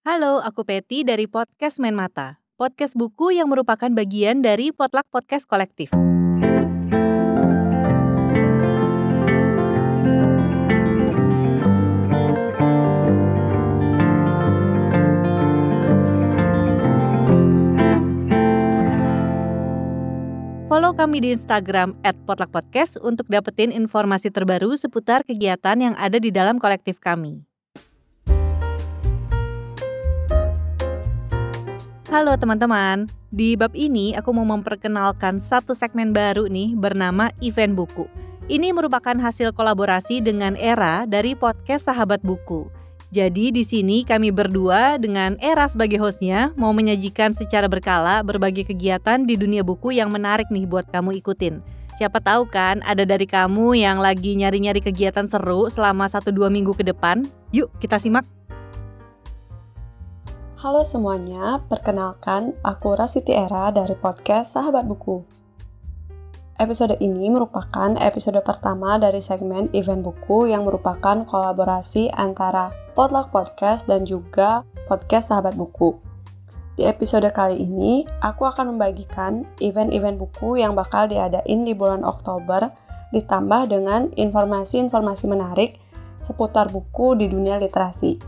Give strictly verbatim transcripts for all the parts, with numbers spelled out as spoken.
Halo, aku Peti dari Podcast Main Mata, podcast buku yang merupakan bagian dari Potluck Podcast Kolektif. Follow kami di Instagram at potluck podcast untuk dapetin informasi terbaru seputar kegiatan yang ada di dalam kolektif kami. Halo teman-teman, di bab ini aku mau memperkenalkan satu segmen baru nih bernama Event Buku. Ini merupakan hasil kolaborasi dengan Era dari podcast Sahabat Buku. Jadi di sini kami berdua dengan Era sebagai hostnya mau menyajikan secara berkala berbagai kegiatan di dunia buku yang menarik nih buat kamu ikutin. Siapa tahu kan ada dari kamu yang lagi nyari-nyari kegiatan seru selama satu dua minggu ke depan. Yuk kita simak. Halo semuanya, perkenalkan aku Rasiti Era dari podcast Sahabat Buku. Episode ini merupakan episode pertama dari segmen Event Buku yang merupakan kolaborasi antara Potluck Podcast dan juga podcast Sahabat Buku. Di episode kali ini, aku akan membagikan event-event buku yang bakal diadain di bulan Oktober ditambah dengan informasi-informasi menarik seputar buku di dunia literasi.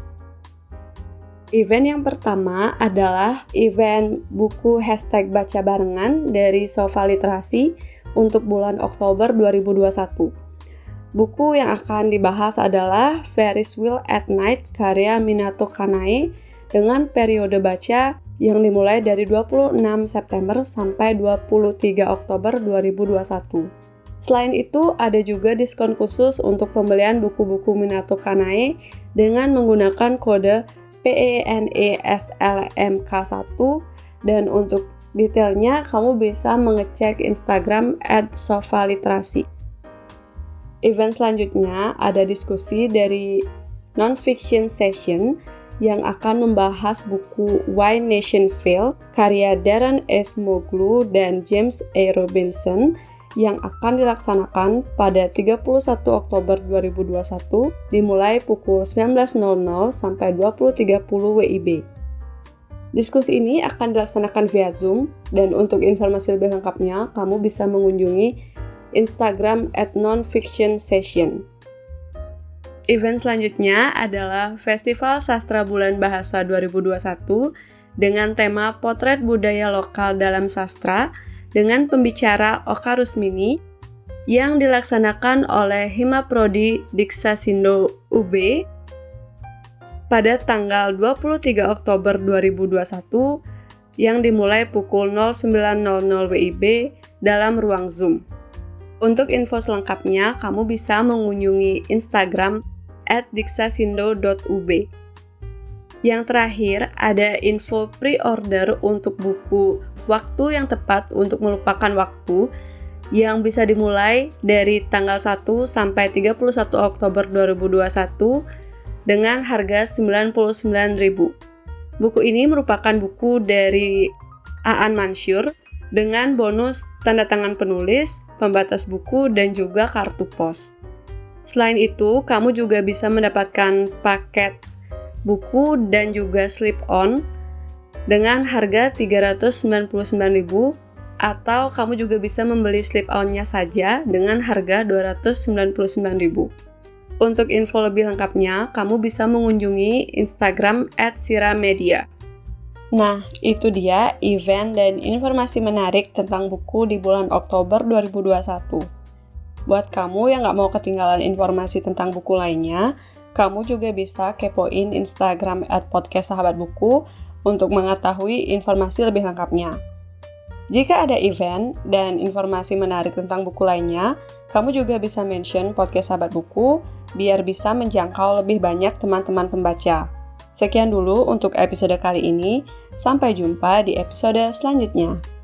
Event yang pertama adalah event buku hashtag baca barengan dari Sofa Literasi untuk bulan Oktober dua ribu dua puluh satu. Buku yang akan dibahas adalah Ferris Wheel at Night karya Minato Kanae dengan periode baca yang dimulai dari dua puluh enam September sampai dua puluh tiga Oktober dua ribu dua puluh satu. Selain itu, ada juga diskon khusus untuk pembelian buku-buku Minato Kanae dengan menggunakan kode P E N E S L M K satu dan untuk detailnya kamu bisa mengecek Instagram at sofa literasi. Event selanjutnya ada diskusi dari non-fiction session yang akan membahas buku Why Nation Fail karya Darren Acemoglu dan James A. Robinson yang akan dilaksanakan pada tiga puluh satu Oktober dua ribu dua puluh satu dimulai pukul sembilan belas nol nol sampai dua puluh tiga puluh W I B. Diskusi ini akan dilaksanakan via Zoom dan untuk informasi lebih lengkapnya kamu bisa mengunjungi Instagram at nonfictionsession. Event selanjutnya adalah Festival Sastra Bulan Bahasa dua ribu dua puluh satu dengan tema Potret Budaya Lokal dalam Sastra dengan pembicara Oka Rusmini yang dilaksanakan oleh Himaprodi Diksasindo U B pada tanggal dua puluh tiga Oktober dua ribu dua puluh satu yang dimulai pukul nol sembilan nol nol W I B dalam ruang Zoom. Untuk info selengkapnya, kamu bisa mengunjungi Instagram at diksasindo dot u b. Yang terakhir, ada info pre-order untuk buku Waktu yang Tepat untuk Melupakan Waktu yang bisa dimulai dari tanggal satu sampai tiga puluh satu Oktober dua ribu dua puluh satu dengan harga sembilan puluh sembilan ribu rupiah. Buku ini merupakan buku dari Aan Mansur dengan bonus tanda tangan penulis, pembatas buku, dan juga kartu pos. Selain itu, kamu juga bisa mendapatkan paket buku dan juga slip-on dengan harga tiga ratus sembilan puluh sembilan ribu rupiah atau kamu juga bisa membeli slip-on-nya saja dengan harga dua ratus sembilan puluh sembilan ribu rupiah. Untuk info lebih lengkapnya, kamu bisa mengunjungi Instagram at siramedia. Nah, itu dia event dan informasi menarik tentang buku di bulan Oktober dua ribu dua puluh satu. Buat kamu yang nggak mau ketinggalan informasi tentang buku lainnya, kamu juga bisa kepoin Instagram at podcast Sahabat Buku untuk mengetahui informasi lebih lengkapnya. Jika ada event dan informasi menarik tentang buku lainnya, kamu juga bisa mention podcast Sahabat Buku biar bisa menjangkau lebih banyak teman-teman pembaca. Sekian dulu untuk episode kali ini, sampai jumpa di episode selanjutnya.